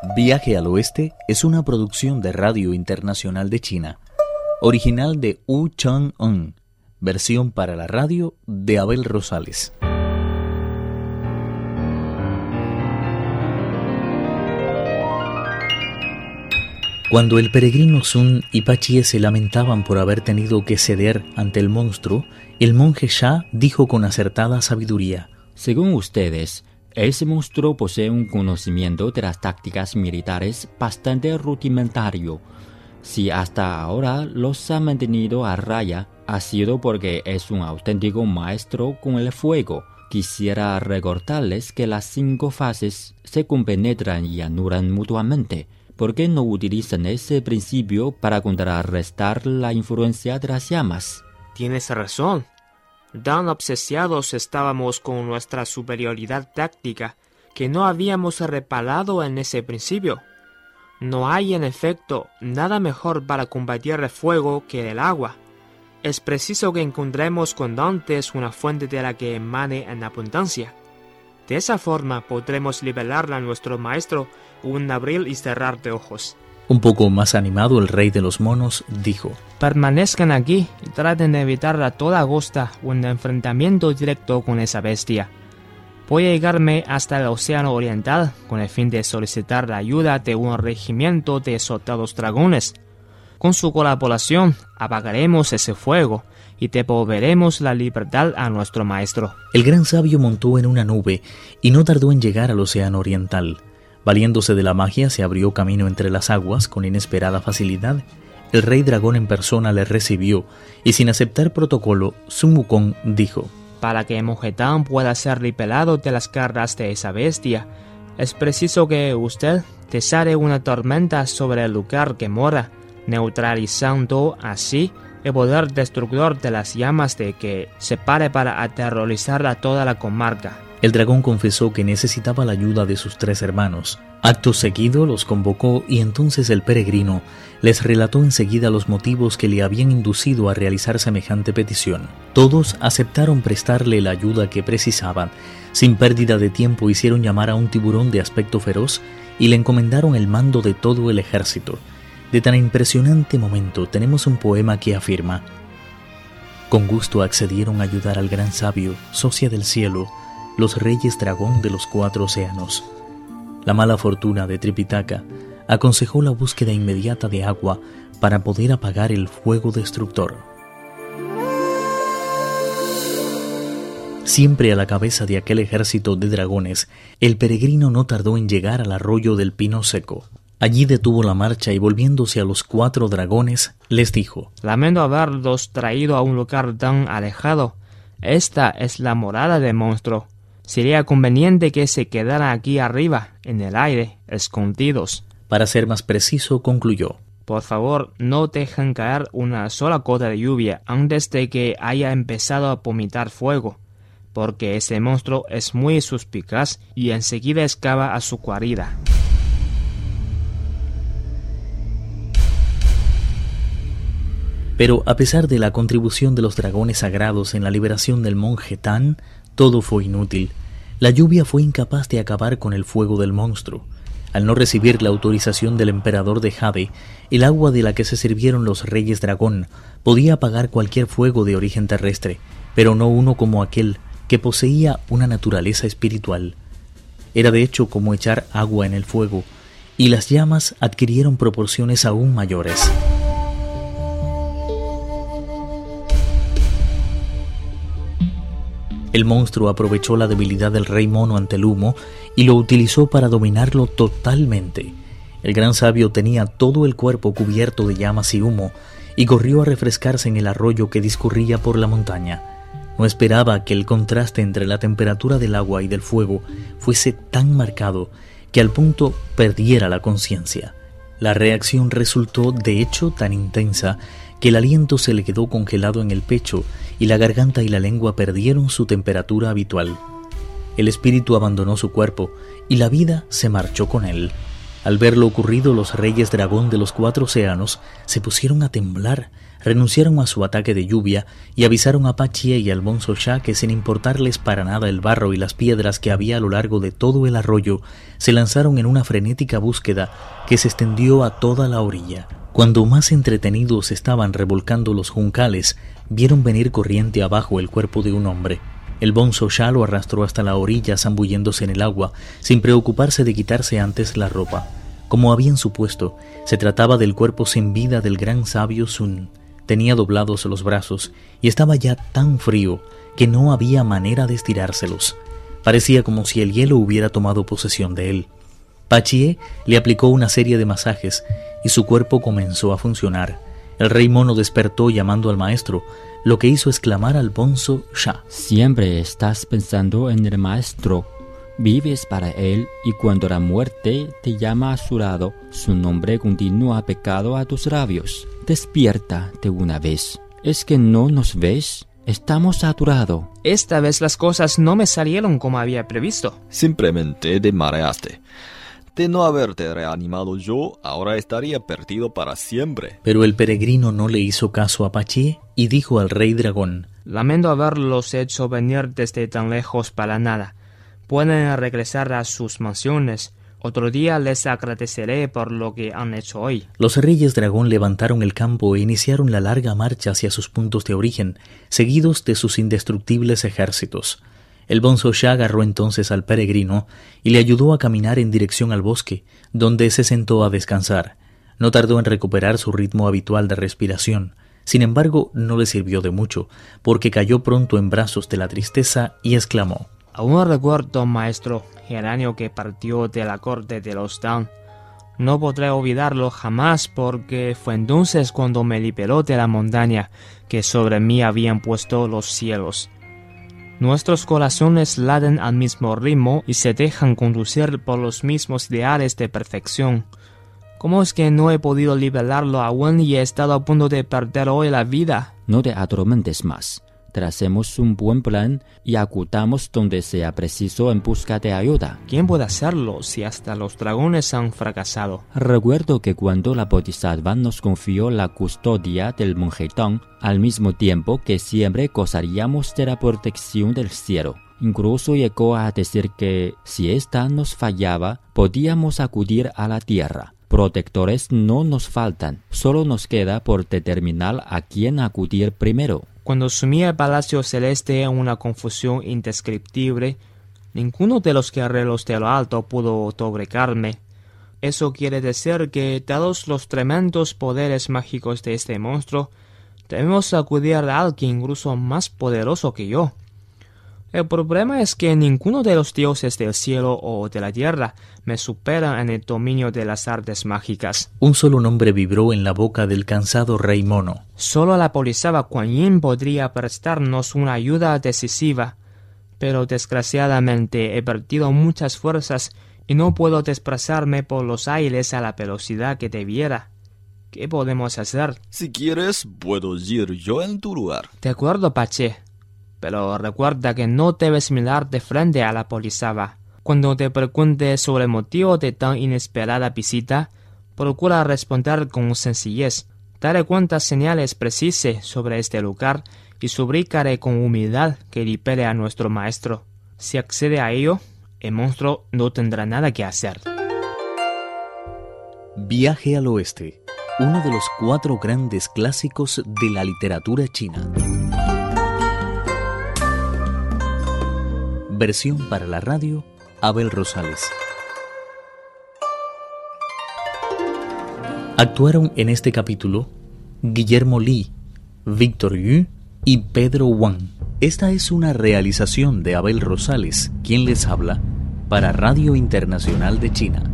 Viaje al Oeste es una producción de Radio Internacional de China, original de Wu Chang-un, versión para la radio de Abel Rosales. Cuando el peregrino Sun y Pachie se lamentaban por haber tenido que ceder ante el monstruo, el monje Sha dijo con acertada sabiduría: según ustedes, ese monstruo posee un conocimiento de las tácticas militares bastante rudimentario. Si hasta ahora los ha mantenido a raya, ha sido porque es un auténtico maestro con el fuego. Quisiera recordarles que las 5 fases se compenetran y anulan mutuamente. ¿Por qué no utilizan ese principio para contrarrestar la influencia de las llamas? Tienes razón. Tan obsesionados estábamos con nuestra superioridad táctica que no habíamos reparado en ese principio. No hay, en efecto, nada mejor para combatir el fuego que el agua. Es preciso que encontremos cuanto antes una fuente de la que emane en abundancia. De esa forma podremos liberar a nuestro maestro un abrir y cerrar de ojos. Un poco más animado, el rey de los monos dijo: permanezcan aquí y traten de evitar a toda costa un enfrentamiento directo con esa bestia. Voy a llegarme hasta el Océano Oriental con el fin de solicitar la ayuda de un regimiento de soldados dragones. Con su colaboración apagaremos ese fuego y devolveremos la libertad a nuestro maestro. El gran sabio montó en una nube y no tardó en llegar al Océano Oriental. Valiéndose de la magia, se abrió camino entre las aguas con inesperada facilidad. El rey dragón en persona le recibió y, sin aceptar protocolo, Sun Wukong dijo: para que Mojetán pueda ser liberado de las garras de esa bestia, es preciso que usted desate una tormenta sobre el lugar que mora, neutralizando así el poder destructor de las llamas de que se pare para aterrorizar a toda la comarca. El dragón confesó que necesitaba la ayuda de sus 3 hermanos. Acto seguido los convocó y entonces el peregrino les relató enseguida los motivos que le habían inducido a realizar semejante petición. Todos aceptaron prestarle la ayuda que precisaban. Sin pérdida de tiempo hicieron llamar a un tiburón de aspecto feroz y le encomendaron el mando de todo el ejército. De tan impresionante momento tenemos un poema que afirma: con gusto accedieron a ayudar al gran sabio, socia del cielo, los reyes dragón de los 4 océanos. La mala fortuna de Tripitaka aconsejó la búsqueda inmediata de agua para poder apagar el fuego destructor. Siempre a la cabeza de aquel ejército de dragones, el peregrino no tardó en llegar al arroyo del Pino Seco. Allí detuvo la marcha y volviéndose a los 4 dragones, les dijo: lamento haberlos traído a un lugar tan alejado. Esta es la morada del monstruo. Sería conveniente que se quedaran aquí arriba, en el aire, escondidos. Para ser más preciso, concluyó: por favor, no dejen caer una sola gota de lluvia antes de que haya empezado a vomitar fuego, porque ese monstruo es muy suspicaz y enseguida excava a su guarida. Pero a pesar de la contribución de los dragones sagrados en la liberación del monje Tan, todo fue inútil. La lluvia fue incapaz de acabar con el fuego del monstruo. Al no recibir la autorización del emperador de Jade, el agua de la que se sirvieron los reyes dragón podía apagar cualquier fuego de origen terrestre, pero no uno como aquel que poseía una naturaleza espiritual. Era de hecho como echar agua en el fuego, y las llamas adquirieron proporciones aún mayores. El monstruo aprovechó la debilidad del rey mono ante el humo y lo utilizó para dominarlo totalmente. El gran sabio tenía todo el cuerpo cubierto de llamas y humo y corrió a refrescarse en el arroyo que discurría por la montaña. No esperaba que el contraste entre la temperatura del agua y del fuego fuese tan marcado que al punto perdiera la conciencia. La reacción resultó de hecho tan intensa que el aliento se le quedó congelado en el pecho y la garganta y la lengua perdieron su temperatura habitual. El espíritu abandonó su cuerpo y la vida se marchó con él. Al ver lo ocurrido, los reyes dragón de los 4 océanos se pusieron a temblar renunciaron a su ataque de lluvia y avisaron a Pachie y al Bonzo Sha que, sin importarles para nada el barro y las piedras que había a lo largo de todo el arroyo, se lanzaron en una frenética búsqueda que se extendió a toda la orilla. Cuando más entretenidos estaban revolcando los juncales, vieron venir corriente abajo el cuerpo de un hombre. El Bonzo Sha lo arrastró hasta la orilla zambulléndose en el agua, sin preocuparse de quitarse antes la ropa. Como habían supuesto, se trataba del cuerpo sin vida del gran sabio Sun. Tenía doblados los brazos y estaba ya tan frío que no había manera de estirárselos. Parecía como si el hielo hubiera tomado posesión de él. Pachie le aplicó una serie de masajes y su cuerpo comenzó a funcionar. El rey mono despertó llamando al maestro, lo que hizo exclamar al Bonzo Sha: Siempre estás pensando en el maestro. Vives para él y cuando la muerte te llama a su lado, su nombre continúa pegado a tus labios. Despierta de una vez. ¿Es que no nos ves? Estamos saturados. Esta vez las cosas no me salieron como había previsto. Simplemente te mareaste. De no haberte reanimado yo, ahora estaría perdido para siempre. Pero el peregrino no le hizo caso a Pachie y dijo al rey dragón: Lamento haberlos hecho venir desde tan lejos para nada. Pueden regresar a sus mansiones. Otro día les agradeceré por lo que han hecho hoy. Los reyes dragón levantaron el campo e iniciaron la larga marcha hacia sus puntos de origen, seguidos de sus indestructibles ejércitos. El Bonzo Sha agarró entonces al peregrino y le ayudó a caminar en dirección al bosque, donde se sentó a descansar. No tardó en recuperar su ritmo habitual de respiración. Sin embargo, no le sirvió de mucho, porque cayó pronto en brazos de la tristeza y exclamó: Aún recuerdo, maestro, el año que partió de la corte de los Dan. No podré olvidarlo jamás porque fue entonces cuando me liberó de la montaña que sobre mí habían puesto los cielos. Nuestros corazones laten al mismo ritmo y se dejan conducir por los mismos ideales de perfección. ¿Cómo es que no he podido liberarlo aún y he estado a punto de perder hoy la vida? No te atormentes más. Tracemos un buen plan y acudamos donde sea preciso en busca de ayuda. ¿Quién puede hacerlo si hasta los dragones han fracasado? Recuerdo que cuando la Bodhisattva nos confió la custodia del monjetón, al mismo tiempo que siempre gozaríamos de la protección del cielo. Incluso llegó a decir que si ésta nos fallaba, podíamos acudir a la tierra. Protectores no nos faltan, solo nos queda por determinar a quién acudir primero. Cuando sumí el palacio celeste en una confusión indescriptible, ninguno de los guerreros de lo alto pudo doblegarme. Eso quiere decir que, dados los tremendos poderes mágicos de este monstruo, debemos acudir a alguien incluso más poderoso que yo. El problema es que ninguno de los dioses del cielo o de la tierra me supera en el dominio de las artes mágicas. Un solo nombre vibró en la boca del cansado rey mono. Solo la Bodhisattva Kuan Yin podría prestarnos una ayuda decisiva, pero desgraciadamente he perdido muchas fuerzas y no puedo desplazarme por los aires a la velocidad que debiera. ¿Qué podemos hacer? Si quieres, puedo ir yo en tu lugar. De acuerdo, Pachie. Pero recuerda que no debes mirar de frente a la Bodhisattva. Cuando te pregunte sobre el motivo de tan inesperada visita, procura responder con sencillez. Daré cuantas señales precise sobre este lugar y suplicaré con humildad que libere a nuestro maestro. Si accede a ello, el monstruo no tendrá nada que hacer. Viaje al oeste, uno de los 4 grandes clásicos de la literatura china. Versión para la radio, Abel Rosales. Actuaron en este capítulo Guillermo Li, Víctor Yu y Pedro Wang. Esta es una realización de Abel Rosales, quien les habla, para Radio Internacional de China.